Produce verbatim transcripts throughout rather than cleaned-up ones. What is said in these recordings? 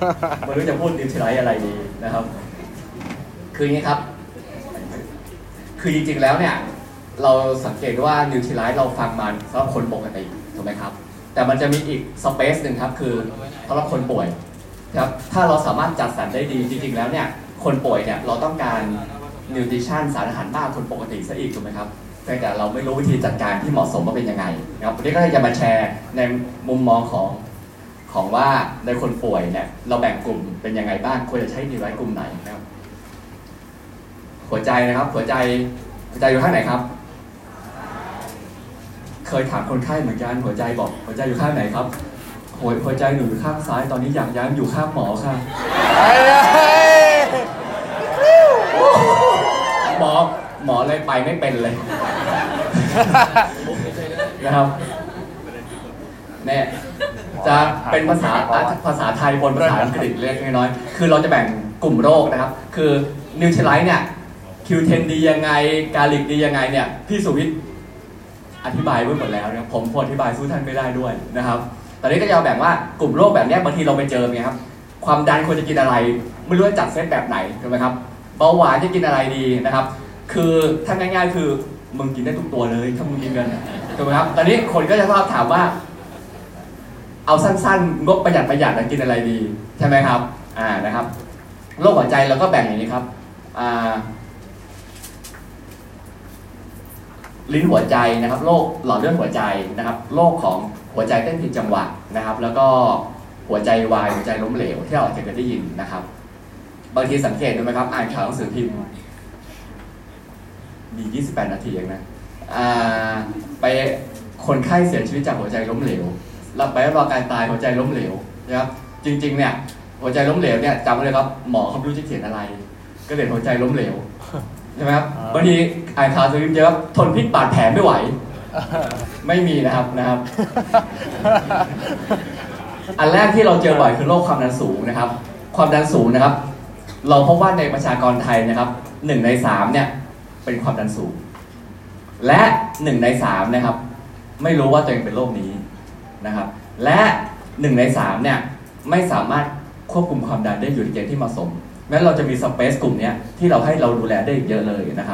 ไม่รู้จะพูดนิวทริไลท์อะไรดีนะครับคืออย่างนี้ครับคือจริงๆแล้วเนี่ยเราสังเกตว่านิวทริไลท์เราฟังมาสำหรับคนปกติถูกไหมครับแต่มันจะมีอีกสเปซหนึ่งครับคือสำหรับคนป่วยครับถ้าเราสามารถจัดสรรได้ดีจริงๆแล้วเนี่ยคนป่วยเนี่ยเราต้องการนิวทริชั่นสารอาหารมากคนปกติซะอีกถูกไหมครับแต่เราไม่รู้วิธีจัดการที่เหมาะสมว่าเป็นยังไงนะครับวันนี้ก็จะมาแชร์ในมุมมองของของว่าในคนป่วยเนี่ยเราแบ่งกลุ่มเป็นยังไงบ้างควรจะใช้นิวไลท์กลุ่มไหนนะครับหัวใจนะครับหัวใจหัวใจอยู่ข้างไหนครับเคยถามคนไข้เหมือนกันหัวใจบอกหัวใจอยู่ข้างไหนครับหัวหัวใจหนูอยู่ข้างซ้ายตอนนี้อยากย้ายอยู่ข้างหมอค่ะหมอหมอเลยไปไม่เป็นเลยนะครับเนี่ยจะเป็นภาษาภาษาไทยบนภาษาอังกฤษเล็กน้อยคือเราจะแบ่งกลุ่มโรคนะครับคือนิวทริไลท์เนี่ยคิวเทนดียังไงกาลิกดียังไงเนี่ยพี่สุวิทย์อธิบายไว้หมดแล้วนะผมพออธิบายสู้ท่านไม่ได้ด้วยนะครับตอนนี้ก็จะแบ่งว่ากลุ่มโรคแบบนี้บางทีเราไปเจอไงครับความดันควรจะกินอะไรไม่รู้จะจัดเซตแบบไหนถูกไหมครับเบาหวานจะกินอะไรดีนะครับคือถ้าง่ายๆคือมึงกินได้ทุกตัวเลยถ้ามึงมีเงินถูกไหมครับตอนนี้คนก็จะชอบถามว่าเอาสั้นๆงบประหยัดประหยัดกินอะไรดีใช่ไหมครับอ่านะครับโรคหัวใจเราก็แบ่งอย่างนี้ครับอ่าลิ้นหัวใจนะครับโรคหลอดเลือดหัวใจนะครับโรคของหัวใจเต้นผิดจังหวะนะครับแล้วก็หัวใจวายหัวใจล้มเหลวที่เราอาจจะเคยได้ยินนะครับบางทีสังเกตดูไหมครับอ่านข่าวหนังสือพิมพ์มียี่สิบแปดนาทีเองนะไปคนไข้เสียชีวิตจากหัวใจล้มเหลวแล้วไปรอการตายหัวใจล้มเหลวนะครับจริงๆเนี่ยหัวใจล้มเหลวเนี่ยจำไว้เลยครับหมอเขาไม่รู้จะเขียนอะไรก็เลยหัวใจล้มเหลวใช่ไหมครับบางทีอ่านข่าวหนังสือพิมพ์เยอะทนพิษบาดแผลไม่ไหวไม่มีนะครับนะครับอันแรกที่เราเจอบ่อยคือโรคความดันสูงนะครับความดันสูงนะครับเราพบว่าในประชากรไทยนะครับหนึ่งในสามเนี่ยเป็นความดันสูงและหนึ่งในสามนะครับไม่รู้ว่าตัวเองเป็นโรคนี้นะครับและหนึ่งในสามเนี่ยไม่สามารถควบคุมความดันได้อยู่ในเกณฑ์ที่เหมาะสมแม้เราจะมีสเปซกลุ่มนี้ที่เราให้เราดูแลได้เยอะเลยนะครับ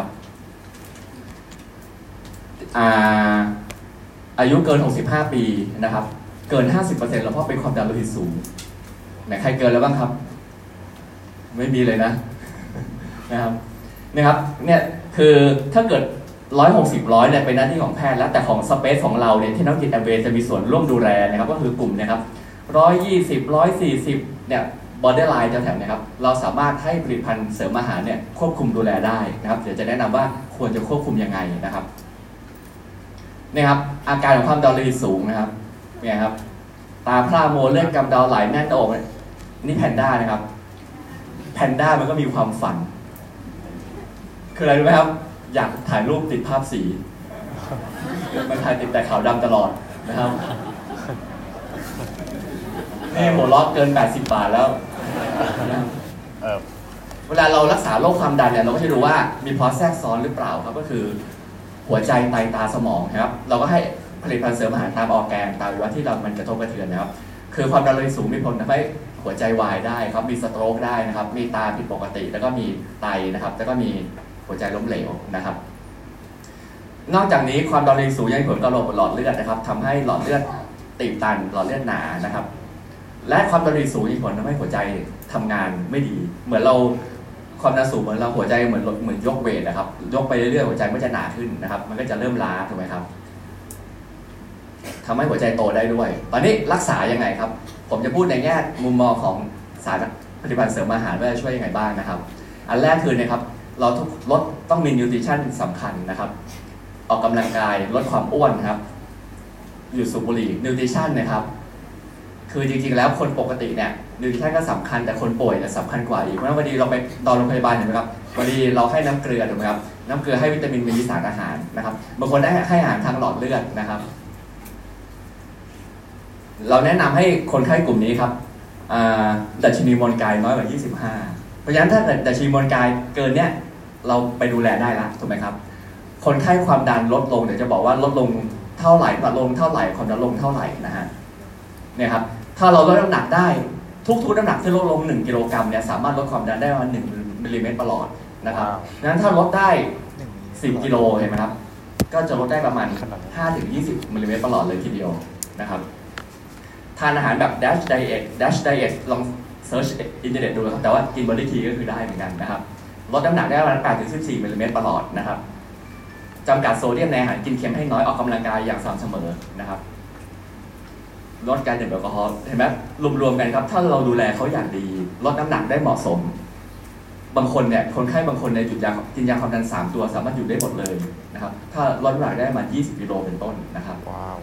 อาอายุเกินหกสิบห้าปีนะครับเกิน ห้าสิบเปอร์เซ็นต์ แล้วเพราะเป็นความดันโลหิตสูงไหนใครเกินแล้วบ้างครับไม่มีเลยนะนะครับนะครับเนี่ยคือถ้าเกิดหนึ่งร้อยหกสิบ ร้อยเนี่ยเป็นหน้าที่ของแพทย์แล้วแต่ของสเปซของเราเนี่ยที่นักจิตแอมเวย์จะมีส่วนร่วมดูแลนะครับก็คือกลุ่มนะครับหนึ่งร้อยยี่สิบ หนึ่งร้อยสี่สิบเนี่ยบอร์เดอร์ไลน์แถวๆนะครับเราสามารถให้ผลิตภัณฑ์เสริมอาหารเนี่ยควบคุมดูแลได้นะครับเดี๋ยวจะแนะนำว่าควรจะควบคุมยังไงนะครับนี่ครับอาการของความดันโลหิตสูงนะครับเนี่ยครับตาพร่ามัวเลือดกำเดาไหลแน่นอกนี่แพนด้านะครับแพนด้ามันก็มีความฝันคืออะไรรู้ไหมครับอยากถ่ายรูปติดภาพสีมันถ่ายติดแต่ขาวดำตลอดนะครับนี่หัวล็อกเกินแปดสิบบาทแล้วเวลาเรารักษาโรคความดันเนี่ยเราก็จะดูว่ามีเพราะแทรกซ้อนหรือเปล่าครับก็คือหัวใจไตตาสมองครับเราก็ให้ผลิตภัณฑ์เสริมอาหารตามออร์แกนตามวัยที่เรามันกระทบกระเทือนนะครับคือความดันโลหิตสูงมีผลทำให้หัวใจวายได้ครับมีสโตรกได้นะครับมีตาผิดปกติแล้วก็มีไตนะครับแล้วก็มีหัวใจล้มเหลวนะครับนอกจากนี้ความดันโลหิตสูงยังมีผลต่อระบบหลอดเลือดนะครับทำให้หลอดเลือดตีบตันหลอดเลือดหนานะครับและความดันโลหิตสูงมีผลทำให้หัวใจทำงานไม่ดีเหมือนเราความดันสูงเหมือนเราหัวใจเหมือนเหมือนยกเวทนะครับยกไปเรื่อยๆหัวใจมันจะหนาขึ้นนะครับมันก็จะเริ่มล้าถูกไหมครับทำให้หัวใจโตได้ด้วยตอนนี้รักษายังไงครับผมจะพูดในแง่มุมมองของสารผลิตภัณฑ์เสริมอาหารว่าจะช่วยยังไงบ้างนะครับอันแรกคือนะครับเราทุกลดต้องมีนิวทริชั่นสำคัญนะครับออกกำลังกายลดความอ้วนครับหยุดสูบบุหรี่นิวทริชั่นนะครับคือจริงๆแล้วคนปกติเนี่ยนิวทริชั่นก็สำคัญแต่คนป่วยเนี่ยสำคัญกว่าอีกเพราะว่าวันนี้เราไปตอนโรงพยาบาลเห็นไหมครับวันนี้เราให้น้ำเกลือถูกไหมครับน้ำเกลือให้วิตามินมีสารอาหารนะครับบางคนได้ให้อาหารทางหลอดเลือดนะครับเราแนะนำให้คนไข้กลุ่มนี้ครับดัชนีมวลกายน้อยกว่ายี่สิบห้าเพราะฉะนั้นถ้าเกิดดัชนีมวลกายเกินเนี่ยเราไปดูแลได้ละถูกไหมครับคนไข้ความดันลดลงเดี๋ยวจะบอกว่าลดลงเท่าไหร่ลดลงเท่าไหร่ความดันลงเท่าไหร่นะฮะเนี่ยครับถ้าเราลดน้ำหนักได้ทุกๆน้ำหนักที่ลดลงหนึ่งกิโลกรัมเนี่ยสามารถลดความดันได้ประมาณหนึ่งมิลลิเมตรประหลอดนะครับดังนั้นถ้าลดได้สิบกิโลเห็นไหมครับก็จะลดได้ประมาณ ห้าถึงยี่สิบ มิลลิเมตรประหลอดเลยทีเดียวนะครับทานอาหารแบบ dash diet dash diet ลองเซิร์ชอินเทอร์เน็ตดูครับแต่ว่ากินบอดี้ทีก็คือได้เหมือนกันนะครับลดน้ำหนักได้ประมาณ แปดถึงสิบสี่ มิลลิเมตรประหลอดนะครับจำกัดโซเดียมในอาหารกินเค็มให้น้อยออกกำลังกายอย่างสม่ำเสมอนะครับลดการดื่มแอลกอฮอล์เห็นไหมรวมๆกันครับถ้าเราดูแลเขาอย่างดีลดน้ำหนักได้เหมาะสมบางคนเนี่ยคนไข้บางคนเนี่ยหยุดยากินยาความดันสามตัวสามารถหยุดได้หมดเลยนะครับถ้าลดน้ำหนักได้มายี่สิบกิโลเป็นต้นนะครับว้าว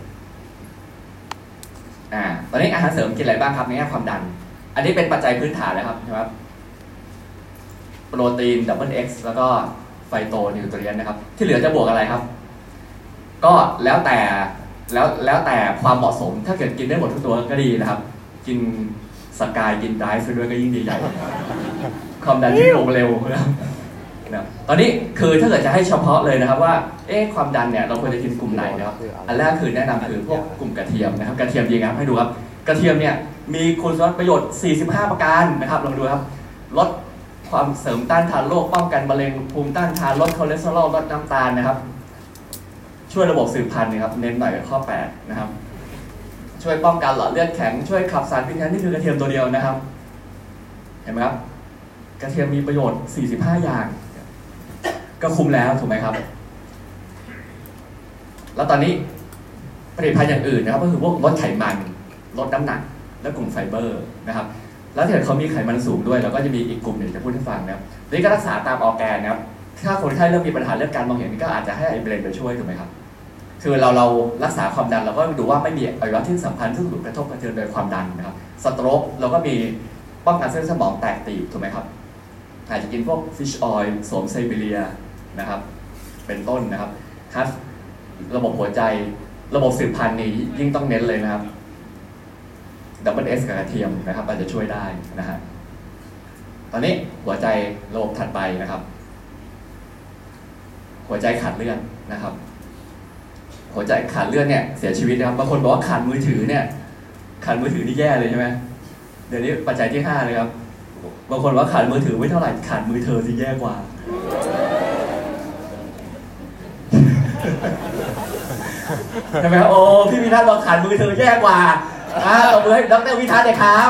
อ่าตอนนี้อาหารเสริมกินอะไรบ้างครับในแง่ความดันอันนี้เป็นปัจจัยพื้นฐานแล้วครับใช่ไหมโปรตีนดับเบิลเอ็กซ์แล้วก็ไฟโตนิวทรีนนะครับที่เหลือจะบวกอะไรครับก็แล้วแต่แล้วแล้วแต่ความเหมาะสมถ้าเกิดกินได้หมดทุกตัวก็ดีนะครับกินสกายกินไดฟ์ด้วยก็ยิ่งดีใหญ่ความดันที่ลงเร็วนะครับตอนนี้คือถ้าเกิดจะให้เฉพาะเลยนะครับว่าเอ๊ะความดันเนี่ยเราควรจะกินกลุ่มไหนนะครับอันแรกคือแนะนำคือพวกกลุ่มกระเทียมนะครับกระเทียมดีครับให้ดูครับกระเทียมเนี่ยมีคุณสมบัติประโยชน์สี่สิบห้าประการนะครับลองดูครับลดความเสริมต้านทานโรคป้องกันมะเร็งภูมิต้านทานลดคอเลสเตอรอลลดน้ำตาลนะครับช่วยระบบสืบพันธุ์นะครับเน้นหน่อยข้อแปดนะครับช่วยป้องกันหลอดเลือดแข็งช่วยขับสารพิษนี่คือกระเทียมตัวเดียวนะครับเห็นไหมครับกระเทียมมีประโยชน์สี่สิบห้าอย่างก็คุ้มแล้วถูกไหมครับแล้วตอนนี้ผลิตภัณฑ์อย่างอื่นนะครับก็คือพวกลดไขมันลดน้ำหนักและกลุ่มไฟเบอร์นะครับแล้วถ้าเกิดเขามีไขมันสูงด้วยเราก็จะมีอีกกลุ่มหนึ่งจะพูดให้ฟังนะครับนี่ก็รักษาตามออร์แกนนะครับถ้าคนไข้เริ่มมีปัญหาเรื่องการมองเห็นก็อาจจะให้ไอเบรนไปช่วยถูกไหมครับคือเราเรารักษาความดันเราก็ดูว่าไม่มีอวัยวะที่สำคัญที่ถูกกระทบกระเทือนโดยความดันนะครับสโตรกเราก็มีป้องกันเส้นสมองแตกตีบถูกไหมครับอาจจะกินพวกฟิชออยล์สวมไซบีเรียนะครับเป็นต้นนะครับครับระบบหัวใจระบบสืบพันธุ์นี่ยิ่งต้องเน้นเลยนะครับดับเบิลเอสกับกระเทียมนะครับอาจจะช่วยได้นะฮะตอนนี้หัวใจระบบถัดไปนะครับหัวใจขาดเลือดนะครับหัวใจขาดเลือดเนี่ยเสียชีวิตนะครับบางคนบอกว่าขาดมือถือเนี่ยขาดมือถือนี่แย่เลยใช่ไหมเดี๋ยวนี้ปัจจัยที่ห้าเลยครับบางคนว่าขาดมือถือไม่เท่าไหร่ขาดมือเธอสิแย่กว่าใช่ไหมโอ้พี่วิทัศน์บอกขาดมือเธอแย่กว่าอ่าเอามือให้ดรวิทัศน์เลยครับ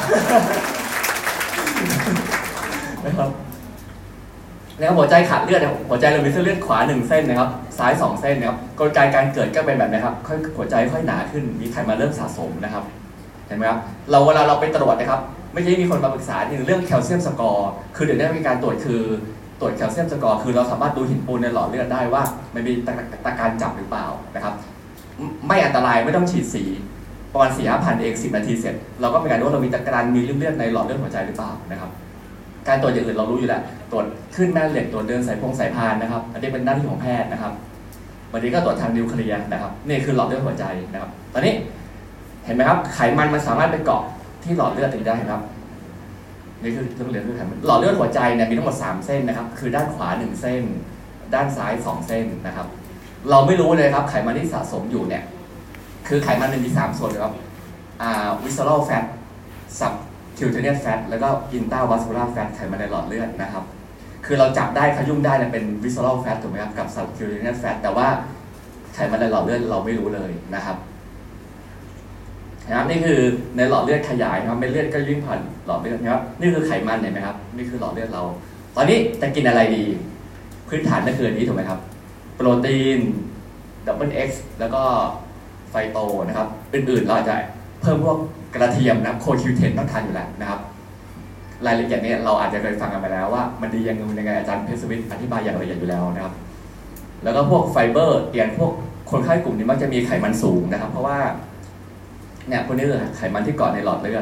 นะครับแล้วหัวใจขาดเลือดหัวใจเรามีเส้นเลือดขวาหนึ่งเส้นนะครับซ้ายสองเส้นนะครับกลไกการเกิดก็เป็นแบบนี้ครับค่อยหัวใจค่อยหนาขึ้นมีไขมันเริ่มสะสมนะครับเห็นไหมครับเราเวลาเราไปตรวจนะครับไม่ใช่มีคนมาปรึกษาหนึ่งเรื่องแคลเซียมสกอร์คือเดี๋ยวนี้มีการตรวจคือตรวจแคลเซียมสกอร์คือเราสามารถดูหินปูนในหลอดเลือดได้ว่ามันมีตะการจับหรือเปล่านะครับไม่อันตรายไม่ต้องฉีดสีประมาณสี่ห้าพันเองสิบนาทีเสร็จเราก็เป็นการดูว่าเรามีตะการมีเลือดในหลอดเลือดหัวใจหรือเปล่านะครับการตรวจอย่างอื่นเรารู้อยู่แล้วตรวจขึ้นแม่เหล็กตรวจเดินสายพงสายพานนะครับอันนี้เป็นหน้าที่ของแพทย์นะครับวันนี้ก็ตรวจทางนิวเคลียร์นะครับนี่คือหลอดเลือดหัวใจนะครับตอนนี้เห็นไหมครับไขมันมันสามารถไปเกาะที่หลอดเลือดได้ครับนี่คือเรื่องเลือดคือไขมันหลอดเลือดหัวใจเนี่ยมีทั้งหมดสามเส้นนะครับคือด้านขวาหนึ่งเส้นด้านซ้ายสองเส้นนะครับเราไม่รู้เลยครับไขมันที่สะสมอยู่เนี่ยคือไขมันมันมีสามส่วนครับอ่า visceral fat subcutaneous fat แล้วก็ intravascular fat ไขมันในหลอดเลือดนะครับคือเราจับได้ขยุ่มได้เนี่ยเป็น visceral fat ถูกไหมครับกับ subcutaneous fat แต่ว่าไขมันในหลอดเลือดเราไม่รู้เลยนะครับนะครับนี่คือในหลอดเลือดขยายนะครับเป็นเลือดก็วิ่งผ่านหลอดเลือดนะครับนี่คือไขมันเห็นไหมครับนี่คือหลอดเลือดเราตอนนี้จะกินอะไรดีพื้นฐานก็คืออันนี้ถูกไหมครับโปรตีนดับเบิลเอ็กซ์แล้วก็ไฟโตนะครับอื่นๆเราจะเพิ่มพวกกระเทียมนะโคคิวเทนต้องทานอยู่แล้วนะครับรายละเอียดนี้เราอาจจะเคยฟังกันไปแล้วว่ามันดียังไงยังไงอาจารย์เพชรสวิทย์อธิบายอย่างละเอียดอยู่แล้วนะครับแล้วก็พวกไฟเบอร์อย่างพวกคนไข้กลุ่มนี้มักจะมีไขมันสูงนะครับเพราะว่าเนี่ยพวกนี้คือไขมันที่เกาะในหลอดเลือด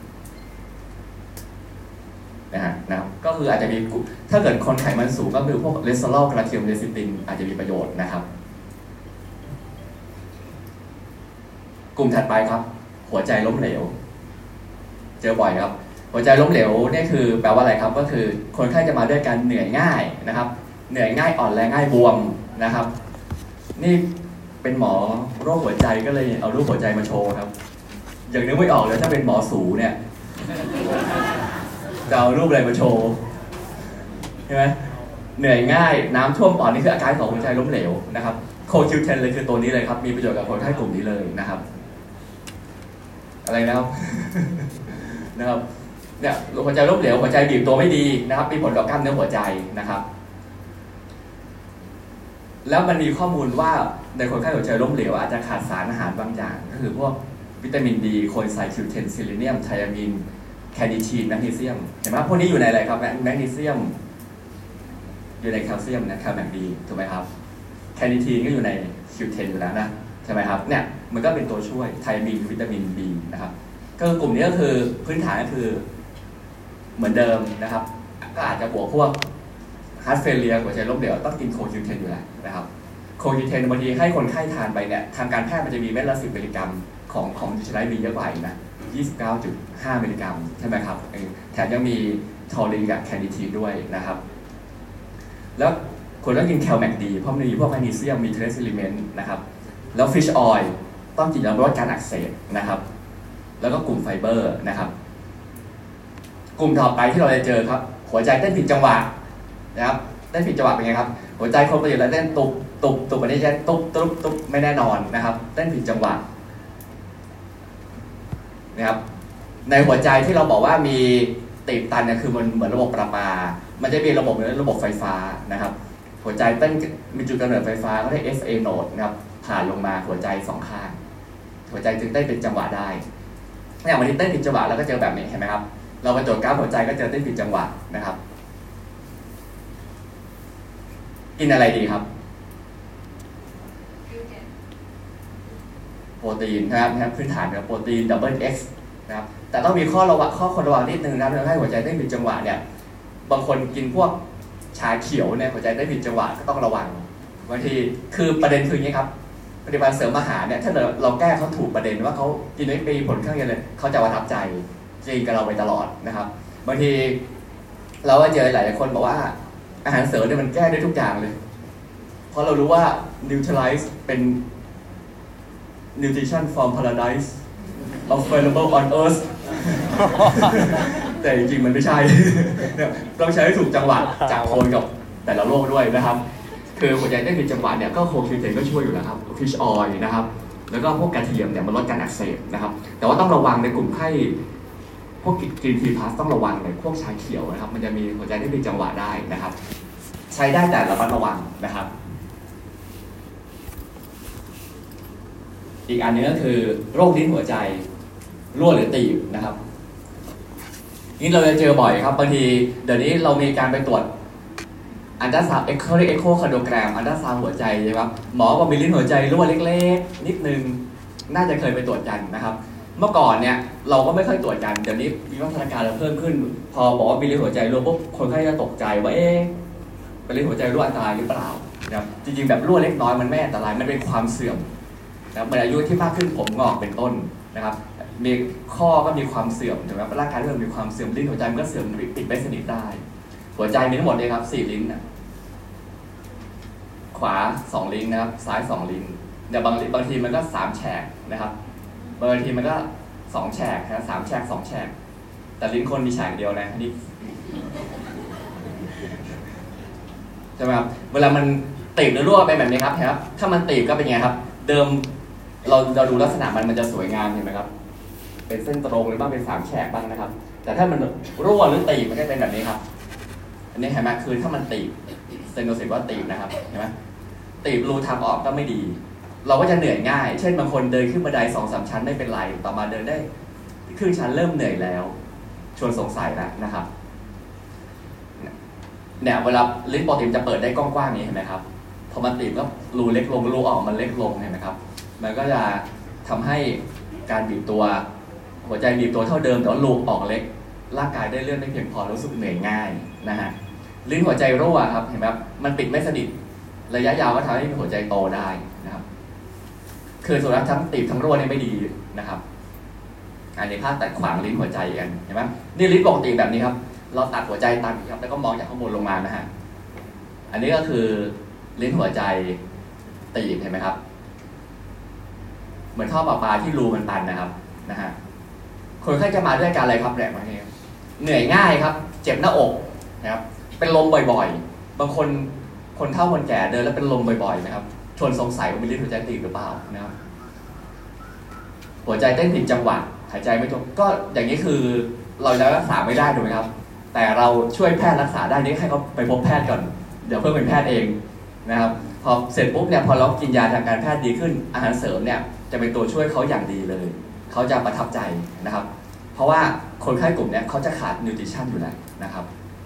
นะฮะนะครับก็คืออาจจะมีถ้าเกิดคนไขมันสูงก็คือพวกเลสเตอรอลกระเทียมเลซิตินอาจจะมีประโยชน์นะครับกลุ่มถัดไปครับหัวใจล้มเหลวเจอบ่อยครับหัวใจล้มเหลวนี่คือแปลว่าอะไรครับก็คือคนไข้จะมาด้วยการเหนื่อยง่ายนะครับเหนื่อยง่ายอ่อนแรงง่ายบวมนะครับนี่เป็นหมอโรคหัวใจก็เลยเอารูปหัวใจมาโชว์ครับอย่างนึกไม่ออกเลยถ้าเป็นหมอสูเนี่ยจะเอารูปอะไรมาโชว์ใช่ไหมเหนื่อยง่ายน้ำท่วมปอดนี่คืออาการของหัวใจล้มเหลวนะครับโคคิวเทนเลยคือตัวนี้เลยครับมีประโยชน์กับคนไข้กลุ่มนี้เลยนะครับอะไรนะครับ นะครับเนี่ยหัวใจล้มเหลวหัวใจบีบตัวไม่ดีนะครับมีผลต่อกล้ามเนื้อหัวใจนะครับแล้วมันมีข้อมูลว่าในคนไข้หัวใจล้มเหลวอาจจะขาดสารอาหารบางอย่างก็คือพวกวิตามินดีโคไซคิวเทนซิลิเนียมไทอามินแคนิทีนแมกนีเซียมเห็นไหมพวกนี้อยู่ในอะไรครับแมกนีเซียมอยู่ในแคลเซียมนะแคลแมกดีถูกไหมครับแคนิทีนก็อยู่ในคิวเทนอยู่แล้วนะใช่ไหมครับเนี่ยมันก็เป็นตัวช่วยไทอามินวิตามิน B นะครับก็กลุ่มนี้ก็คือพื้นฐานก็คือเหมือนเดิมนะครับก็อาจจะบวกพวกฮาร์ทเฟลเลียหัวใจล้มเหลวต้องกินโคคิวเทนอยู่แล้วนะครับโคคิวเทนบางทีให้คนไข้ทานไปเนี่ยทางการแพทย์มันจะมีเม็ดละสิบมิลลิกรัมของของยูทิไลท์มีเยอะกว่าอีกนะ ยี่สิบเก้าจุดห้า มิลลิกรัมใช่ไหมครับแถมยังมีทอรินกับแคนิทีนด้วยนะครับแล้วคนต้องกินแคลแมกดีเพราะมันมีพวกแมกนีเซียมมีเทรซอิลิเมนต์นะครับแล้วฟิชออยล์ต้องกินแล้วลดการอักเสบนะครับแล้วก็กลุ่มไฟเบอร์นะครับกลุ่มต่อไปที่เราจะเจอครับหัวใจเต้นผิดจังหวะนะครับเต้นผิดจังหวะเป็นไงครับหัวใจคนปกติแล้วเต้นตุบตุบตุบอันนี้จะตุบตุบตุบไม่แน่นอนนะครับเต้นผิดจังหวะนะครับในหัวใจที่เราบอกว่ามีตีบตันเนี่ยคือมันเหมือนระบบประปามันจะมีระบบเหมือนระบบไฟฟ้านะครับหัวใจเต้นมีจุดกำเนิดไฟฟ้าเขาเรียก เอฟ เอ node นะครับผ่านลงมาหัวใจสองข้างหัวใจจึงเต้นเป็นจังหวะได้อย่างวันนี้เต้นผิดจังหวะแล้วก็เจอแบบนี้เห็นไหมครับเราไปตรวจกราฟหัวใจก็เจอเต้นผิดจังหวะนะครับกินอะไรดีครับโปรตีนนะครับพื้นฐานเป็นโปรตีน ดับเบิลเอ็กซ์ นะครับแต่ต้องมีข้อระวังข้อควรระวังนิดนึงนะให้หัวใจเต้นผิดจังหวะเนี่ยบางคนกินพวกชาเขียวเนี่ยหัวใจเต้นผิดจังหวะก็ต้องระวังบางทีคือประเด็นคืออย่างนี้ครับปฏิบัติเสริมอาหารเนี่ยถ้าเราแก้เขาถูกประเด็นว่าเขากินไม่มีผลข้างเคียงเลยเขาจะประทับใจจริงกับเราไปตลอดนะครับบางทีเราก็เจอหลายคนบอกว่าอาหารเสริมเนี่ยมันแก้ได้ทุกอย่างเลยเพราะเรารู้ว่า neutralize เป็น nutrition from paradise available on earth แต่จริงๆมันไม่ใช่ต้องใช้ให้ถูกจังหวะจากคนกับแต่ละโรคด้วยนะครับคือหัวใจเต้นผิดจังหวะเนี่ยก็โคคิวเทนก็ช่วยอยู่แล้วครับฟิชออยล์นะครับแล้วก็พวกกระเทียมเนี่ยมันลดการอักเสบนะครับแต่ว่าต้องระวังในกลุ่มไข้พวกกินทีพาสต้องระวังในพวกชาเขียวนะครับมันจะมีหัวใจเต้นผิดจังหวะได้นะครับใช้ได้แต่ระมัดระวังนะครับอีกอันนึงก็คือโรคลิ้นหัวใจรั่วหรือตีบนะครับนี่เราจะเจอบ่อยครับบางทีเดี๋ยวนี้เรามีการไปตรวจอันตราซาวด์เอ็กโคเอ็กโคคาร์ดิโอแกรมอันตราซาวด์หัวใจใช่ไหมครับหมอบอกมีลิ้นหัวใจรั่วเล็กๆนิดนึงน่าจะเคยไปตรวจกันนะครับเมื่อก่อนเนี่ยเราก็ไม่ค่อยตรวจกันเดี๋ยวนี้วิวัฒนาการเราเพิ่มขึ้นพอบอกว่ามีลิ้นหัวใจรั่วปุ๊บคนไข้จะตกใจว่าเอ๊ะเป็นลิ้นหัวใจรั่วอันตรายหรือเปล่านะครับจริงๆแบบรั่วเล็กน้อยมันไม่อันตรายมันเป็นความเสื่อมนะเมื่ออายุที่มากขึ้นผมงอกเป็นต้นนะครับมีข้อก็มีความเสื่อมถูกไหมร่างกายเริ่มมีความเสื่อมลิ้นหัวใจมันก็เสื่อมปิดไม่สนิทได้หัวใจมีทั้งหมดเลยครับสี่ลิ้นนะขวาสองลิ้นนะครับซ้ายสองลิ้นแต่บางบางทีมันก็สามแฉกนะครับบางทีมันก็สองแฉกนะสามแฉกสองแฉกแต่ลิ้นคนมีแฉกเดียวนะนี่ใช่ไหมครับเวลามันตีบหรือรั่วไปแบบนี้ครับครับถ้ามันตีบก็เป็นไงครับเดิมเราเราดูลักษณะมันมันจะสวยงามเห็นไหมครับเป็นเส้นตรงหรือบ้างเป็นสามแฉกบ้างนะครับแต่ถ้ามันรั่วหรือตีบมันก็เป็นแบบนี้ครับอันนี้เห็นไหมคือถ้ามันตีบเซนโนซิสว่าตีบนะครับเห็นไหมตีบรูทางออกก็ไม่ดีเราก็จะเหนื่อยง่ายเช่นบางคนเดินขึ้นบันไดสองสามชั้นไม่เป็นไรต่อมาเดินได้ครึ่งชั้นเริ่มเหนื่อยแล้วชวนสงสัยแล้วนะครับเนี่ยเวลาลิ้นปกติจะเปิดได้กว้างๆนี้เห็นไหมครับพอมันตีบก็รูเล็กลงรูออกมันเล็กลงเห็นไหมครับมันก็จะทำให้การบีบตัวหัวใจบีบตัวเท่าเดิมแต่ว่ารูออกเล็กร่างกายได้เลื่อนไม่เพียงพอรู้สึกเหนื่อยง่ายนะฮะลิ้นหัวใจรั่วครับเห็นไหมครับมันปิดไม่สนิทระยะยาวก็ทำให้หัวใจโตได้นะครับคือส่วนทั้งตีบทั้งรั่วนี่ไม่ดีนะครับอันนี้ภาพตัดขวางลิ้นหัวใจกันเห็นไหมนี่ลิ้นปกติแบบนี้ครับเราตัดหัวใจตันครับแล้วก็มองจากข้างบนลงมานะฮะอันนี้ก็คือลิ้นหัวใจตีบเห็นไหมครับเหมือนท่อประปาที่รูมันตันนะครับนะฮะคนไข้จะมาด้วยการอะไรครับแรงมาเนี่ยเหนื่อยง่ายครับเจ็บหน้าอกนะครับเป็นลมบ่อยๆบางคนคนเฒ่าคนแก่เดินแล้วเป็นลมบ่อยๆนะครับชวนสงสัยว่ามีลิ้นหัวใจตีบหรือเปล่านะครับหัวใจเต้นผิดจังหวะหายใจไม่ตรงก็อย่างนี้คือเราจะรักษาไม่ได้ถูกไหมครับแต่เราช่วยแพทย์รักษาได้นี่ให้เขาไปพบแพทย์ก่อนเดี๋ยวเพื่อนเป็นแพทย์เองนะครับพอเสร็จปุ๊บเนี่ยพอเรากินยาทางการแพทย์ดีขึ้นอาหารเสริมเนี่ยจะเป็นตัวช่วยเขาอย่างดีเลยเขาจะประทับใจนะครับเพราะว่าคนไข้กลุ่มนี้เขาจะขาดนิวทริชั่นอยู่แล้วนะครับ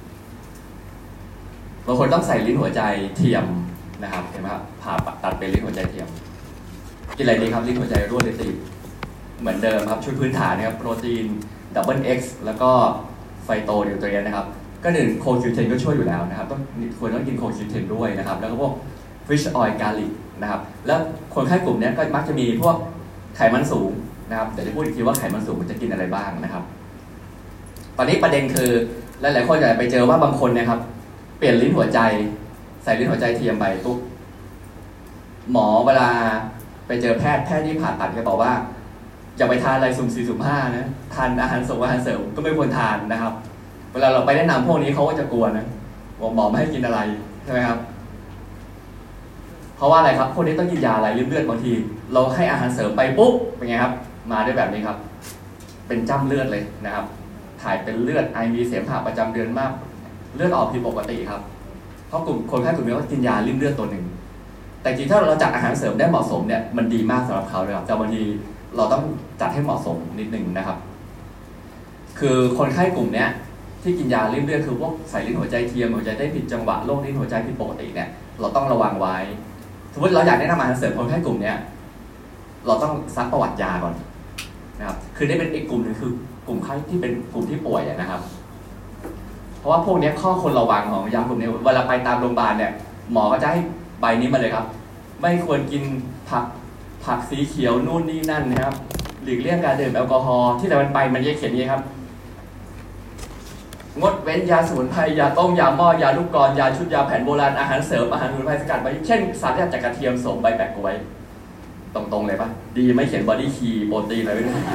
บางคนต้องใส่ลิ้นหัวใจเทียมนะครับเห็นไหมครับผ่าตัดเป็นลิ้นหัวใจเทียมกินอะไรดีครับลิ้นหัวใจรั่วหรือตีบเหมือนเดิมครับชุดพื้นฐานนะครับโปรตีนดับเบิลเอ็กซ์แล้วก็ไฟโตนิวเทรียนนะครับก็หนึ่งโคคิวเทนก็ช่วยอยู่แล้วนะครับต้องควรต้องกินโคคิวเทนด้วยนะครับแล้วก็พวกฟิชออยล์กาลิกนะครับแล้วคนไข้กลุ่มนี้ก็มักจะมีพวกไขมันสูงนะครับเดี๋ยวจะพูดอีกทีว่าไขมันสูงมันจะกินอะไรบ้างนะครับตอนนี้ประเด็นคือหลายๆคนจะไปเจอว่าบางคนนะครับเปลี่ยนลิ้นหัวใจใส่ลิ้นหัวใจเทียมไปปุ๊บหมอเวลาไปเจอแพทย์แพทย์ที่ผ่าตัดก็บอกว่าอย่าไปทานอะไรสุ่มสี่สุ่มห้านะทานอาหารเสริมอาหารเสริมก็ไม่ควรทานนะครับเวลาเราไปแนะนำพวกนี้เขาก็จะกลัวนะบอกหมอไม่ให้กินอะไรใช่ไหมครับเพราะว่าอะไรครับพวกนี้ต้องกินยาอะไรเลือดบางทีเราให้อาหารเสริมไปปุ๊บเป็นไงครับมาด้วยแบบนี้ครับเป็นจ้ำเลือดเลยนะครับถ่ายเป็นเลือดไอมีเสมหะประจำเดือนมากเลือดออกผิดปกติครับเพราะกลุ่มคนไข้กลุ่มนี้เขากินยาริ่มเลือดตัวหนึ่งแต่จริงถ้าเราจัดอาหารเสริมได้เหมาะสมเนี่ยมันดีมากสำหรับเขาเลยครับแต่บางทีเราต้องจัดให้เหมาะสมนิดนึงนะครับคือคนไข้กลุ่มนี้ที่กินยาริ่มเลือดคือพวกใส่ลิ้นหัวใจเทียมหัวใจได้ผิดจังหวะโรคลิ้นหัวใจผิดปกติเนี่ยเราต้องระวังไว้สมมติเราอยากแนะนำอาหารเสริมคนไข้กลุ่มนี้เราต้องซักประวัติยาก่อนนะครับคือได้เป็นอีกกลุ่มนึงคือกลุ่มไข้ที่เป็นกลุ่มที่ป่วยนะครับเพราะว่าพวกนี้ข้อควรระวังของยากลุ่มนี้เวลาไปตามโรงพยาบาลเนี่ยหมอก็จะให้ใบนี้มาเลยครับไม่ควรกินผักผักสีเขียวนู่นนี่นั่นนะครับหลีกเลี่ยงการดื่มแอลกอฮอล์ที่แต่มันไปมันเขียนอย่างนี้ครับงดเว้นยาสมุนไพรยาต้มยาหม้อยาลูกกรยาชุดยาแผนโบราณอาหารเสริมอาหารสมุนไพรสกัดไว้เช่นสารสกัดจากกระเทียมโสมใบแปะกล้วยตรงๆเลยปะดีไม่เขียนบอดี้คีย์โปรตีนอะไรไว้ด้วย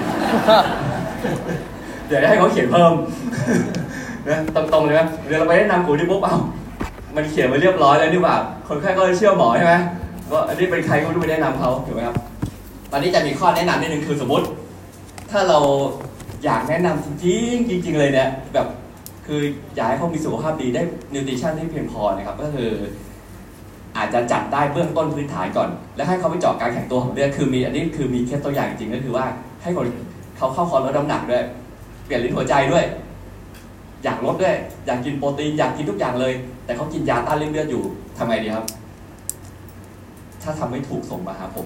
เดี๋ยวให้เขาเขียนเพิ่มนะตรงๆเลยไหมเดี๋ยวเราไปแนะนำกูที่ปุ๊บเอามันเขียนไว้เรียบร้อยแล้วนี่ว่าคนไข้ก็เชื่อหมอใช่ไหมว่าอันนี้เป็นใครก็ไม่รู้ไปแนะนำเขาถูกไหมครับตอนนี้จะมีข้อแนะนำนิดนึงคือสมมติถ้าเราอยากแนะนำจริงๆจริงๆเลยเนี่ยแบบคืออยากให้เขามีสุขภาพดีได้นิวทริชั่นที่เพียงพอนะครับก็คืออาจจะจัดได้เบื้องต้นพื้นฐานก่อนแล้วให้เขาไปเจาะการแข็งตัวของเลือดคือมีอันนี้คือมีเคสตัวอย่างจริงก็คือว่าให้คนเขาเข้าคอร์สลดน้ำหนักด้วยเปลี่ยนลิ้นหัวใจด้วยอยากลดด้วยอยากกินโปรตีนอยากกินทุกอย่างเลยแต่เขากินยาต้านริ่มเลือดอยู่ทำไงดีครับถ้าทำไม่ถูกส่งมาหาผม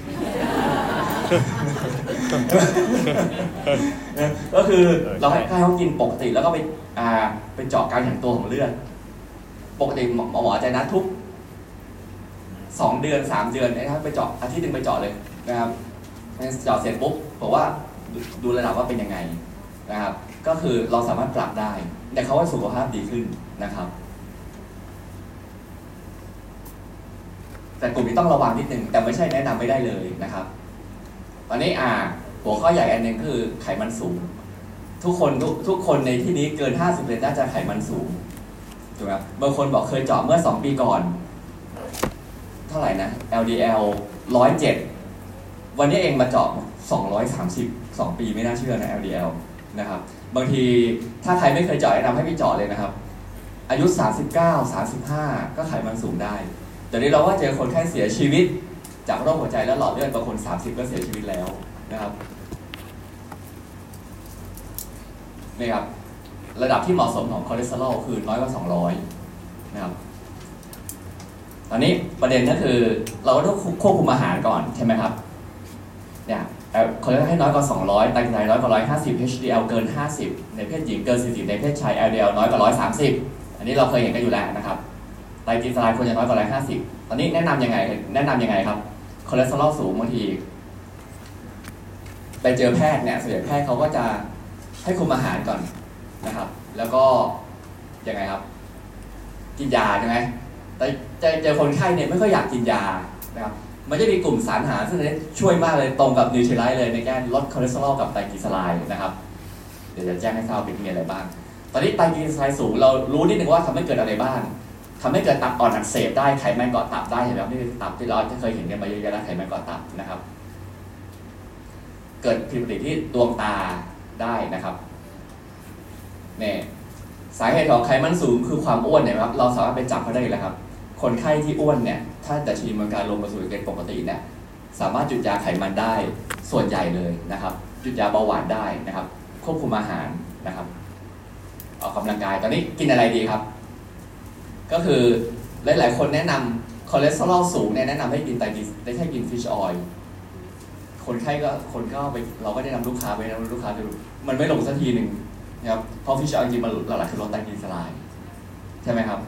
ก็คือเราให้เขากินปกติแล้วก็ไปอ่าไปเจาะการแข็งตัวของเลือดปกติหมอหมอจะนัดทุกสองเดือนสามเดือนนะครับไปเจาะอาทิตย์นึงไปเจาะเลยนะครับเจาะเสร็จปุ๊บบอกว่าดูระดับว่าเป็นยังไงนะครับก็คือเราสามารถปรับได้แต่เขาว่าสุขภาพดีขึ้นนะครับแต่กลุ่มนี้ต้องระวังนิดนึงแต่ไม่ใช่แนะนำไม่ได้เลยนะครับตอนนี้อ่าหัวข้อใหญ่อันนึงคือไขมันสูงทุกคนทุกทุกคนในที่นี้เกิน ห้าสิบเปอร์เซ็นต์ น่าจะไขมันสูงถูกไหมบางคนบอกเคยเจาะเมื่อสองปีก่อนเท่าไหร่นะ แอล ดี แอล หนึ่งร้อยเจ็ดวันนี้เองมาเจาะสองร้อยสามสิบ สองปีไม่น่าเชื่อนะ แอล ดี แอล นะครับบางทีถ้าใครไม่เคยเจาะแนะนำให้ไปเจาะเลยนะครับอายุสามสิบเก้า สามสิบห้าก็ไขมันสูงได้เดี๋ยวนี้เราว่าเจอคนแค่เสียชีวิตจากโรคหัวใจและหลอดเลือดบางคนสามสิบก็เสียชีวิตแล้วนะครับนี่ครับระดับที่เหมาะสมของคอเลสเตอรอลคือน้อยกว่าสองร้อยนะครับตอนนี้ประเด็นก็คือเราก็ต้องควบคุมอาหารก่อนใช่ไหมครับเนี่ยคอเลสเตอรอลให้น้อยกว่าสองร้อยไตรกลีเซอไรด์น้อยกว่าหนึ่งร้อยห้าสิบ เอช ดี แอล เกินห้าสิบในเพศหญิงเกินสี่สิบในเพศชาย แอล ดี แอล น้อยกว่าหนึ่งร้อยสามสิบอันนี้เราเคยเห็นกันอยู่แล้วนะครับไตรกลีเซอไรด์ควรจะน้อยกว่าหนึ่งร้อยห้าสิบตอนนี้แนะนำยังไงแนะนำยังไงครับคอเลสเตอรอลสูงบางทีไปเจอแพทย์เนี่ยส่วนใหญ่แพทย์เขาก็จะให้คุมอาหารก่อนนะครับแล้วก็ยังไงครับกินยาใช่ไหมแต่เจอคนไข้เนี่ยไม่ค่อยอยากกินยานะครับมันจะมีกลุ่มสารอาหารซึ่งช่วยมากเลยตรงกับนิวทริไลท์เลยในการลดคอเลสเตอรอลกับไตรกลีเซอไรด์นะครับเดี๋ยวจะแจ้งให้ทราบเป็นมีอะไรบ้างตอนนี้ไตรกลีเซอไรด์สูงเรารู้นิดนึงว่าทำให้เกิดอะไรบ้างทำให้เกิดตับอ่อนอักเสบได้ไขมันเกาะตับได้เห็นไหมครับนี่คือตับที่เราเคยเห็นกันมาเยอะๆแล้วไขมันเกาะตับนะครับเกิดผิดปกติที่ดวงตาได้นะครับเนี่ยสาเหตุของไขมันสูงคือความอ้วนเนี่ยครับเราสามารถไปจับเขาได้แล้วครับคนไข้ที่อ้วนเนี่ยถ้าดัชนีมันการลงมาสู่เกณฑ์ปกติเนี่ยสามารถจุดยาไขมันได้ส่วนใหญ่เลยนะครับจุดยาเบาหวานได้นะครับควบคุมอาหารนะครับออกกำลังกายตอนนี้กินอะไรดีครับก็คือหลายๆคนแนะนำคอเลสเตอรอลสูงเนี่ยแนะนำให้กินไตรกลีได้แค่กินฟิชออยล์คนไข้ก็คนก็ไปเราก็ได้นำลูกค้าไปนะลูกค้าดูมันไม่ลงสักทีหนึ่งนะครับเพราะฟิชออยล์จริงมันหลักๆคือลดไตรกลีเซอไรด์ใช่ไหมครับ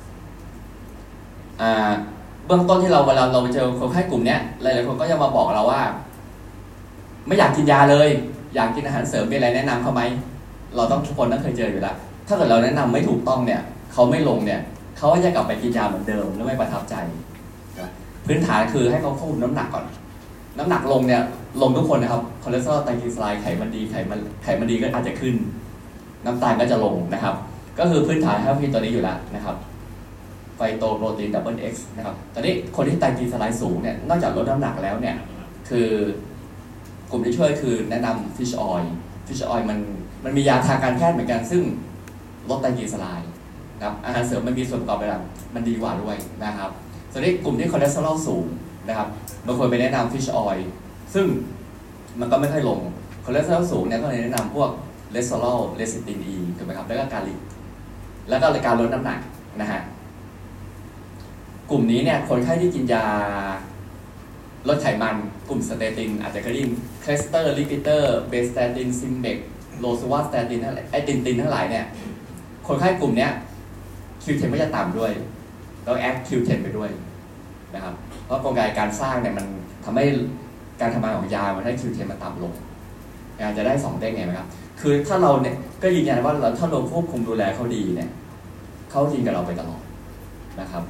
อ่าเบื้องต้นที่เราเวลาเราไปเจอคนไข้กลุ่มนี้หลายๆคนก็จะมาบอกเราว่าไม่อยากกินยาเลยอยากกินอาหารเสริมมีอะไรแนะนำเขาไหมเราต้องทุกคนต้องเคยเจออยู่แล้วถ้าเกิดเราแนะนำไม่ถูกต้องเนี่ยเขาไม่ลงเนี่ยเขาก็จะกลับไปกินยาเหมือนเดิมแล้วไม่ประทับใจพื้นฐานคือให้เขาควบคุมน้ำหนักก่อนน้ำหนักลงเนี่ยลงทุกคนนะครับคอเลสเตอรอลไตรกลีเซอไรด์ไขมันดีไขมันไขมันดีก็อาจจะขึ้นน้ำตาลก็จะลงนะครับก็คือพื้นฐานให้เขากินตัวนี้อยู่แล้วนะครับไฟโตโปรตีนดับเบิลเอ็กซ์นะครับตอนนี้คนที่ไตรกลีเซอไรด์สูงเนี่ยนอกจากลดน้ำหนักแล้วเนี่ยคือกลุ่มที่ช่วยคือแนะนำฟิชออยล์ฟิชออยล์มันมันมียาทางการแพทย์เหมือนกันซึ่งลดไตรกลีเซอไรด์นะครับอาหารเสริมมันมีส่วนประกอบอะไรมันดีกว่าด้วยนะครับส่วนนี้กลุ่มที่คอเลสเตอรอลสูงนะครับบางคนไปแนะนำฟิชออยล์ซึ่งมันก็ไม่ค่อยลงคอเลสเตอรอลสูงเนี่ยก็เลยแนะนำพวกเลสเตอรอลเลซิตินอีถูกไหมครับแล้วก็การลิกแล้วก็การลดน้ำหนักนะฮะกลุ่มนี้เนี่ยคนไข้ที่กินยาลดไขมันกลุ่มสเตตินอาจจะเคยได้ยินเคสเตอร์ลิปิเตอร์เบสสเตตินซิมเบกโลซูวาสเตตินไอตินตินทั้งหลายเนี่ยคนไข้กลุ่มนี้คิวเทนก็จะต่ำด้วยแล้วแอดคิวเทนไปด้วยนะครับเพราะกลไกการสร้างเนี่ยมันทำให้การทำงานของยามันให้คิวเทนมันต่ำลงงานจะได้สองเด้งไงไหมครับคือถ้าเราเนี่ยก็ยืนยันว่าเราถ้าเราควบคุมดูแลเขาดีเนี่ยเขาจริงกับเราไปตลอดนะครับ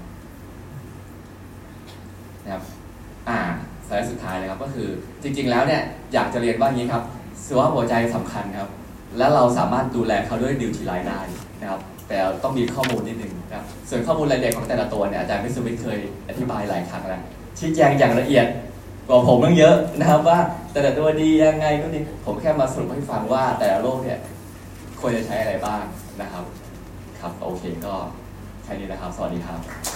นะครับอ่าสไลด์สุดท้ายเลยครับก็คือจริงๆแล้วเนี่ยอยากจะเรียนว่าอย่างนี้ครับสุขภาพหัวใจสำคัญครับและเราสามารถดูแลเขาด้วยดิวทีไลน์ได้นะครับแต่ต้องมีข้อมูลนิดนึงนะครับส่วนข้อมูลรายละเอียดของแต่ละตัวเนี่ยอาจารย์วิศวิทย์เคยอธิบายหลายครั้งแล้วชี้แจงอย่างละเอียดกว่าผมตั้งเยอะนะครับว่าแต่ละตัวดียังไงก็ดีผมแค่มาสรุปให้ฟังว่าแต่ละโรคเนี่ยควรจะใช้อะไรบ้างนะครับครับโอเคก็แค่นี้นะครับสวัสดีครับ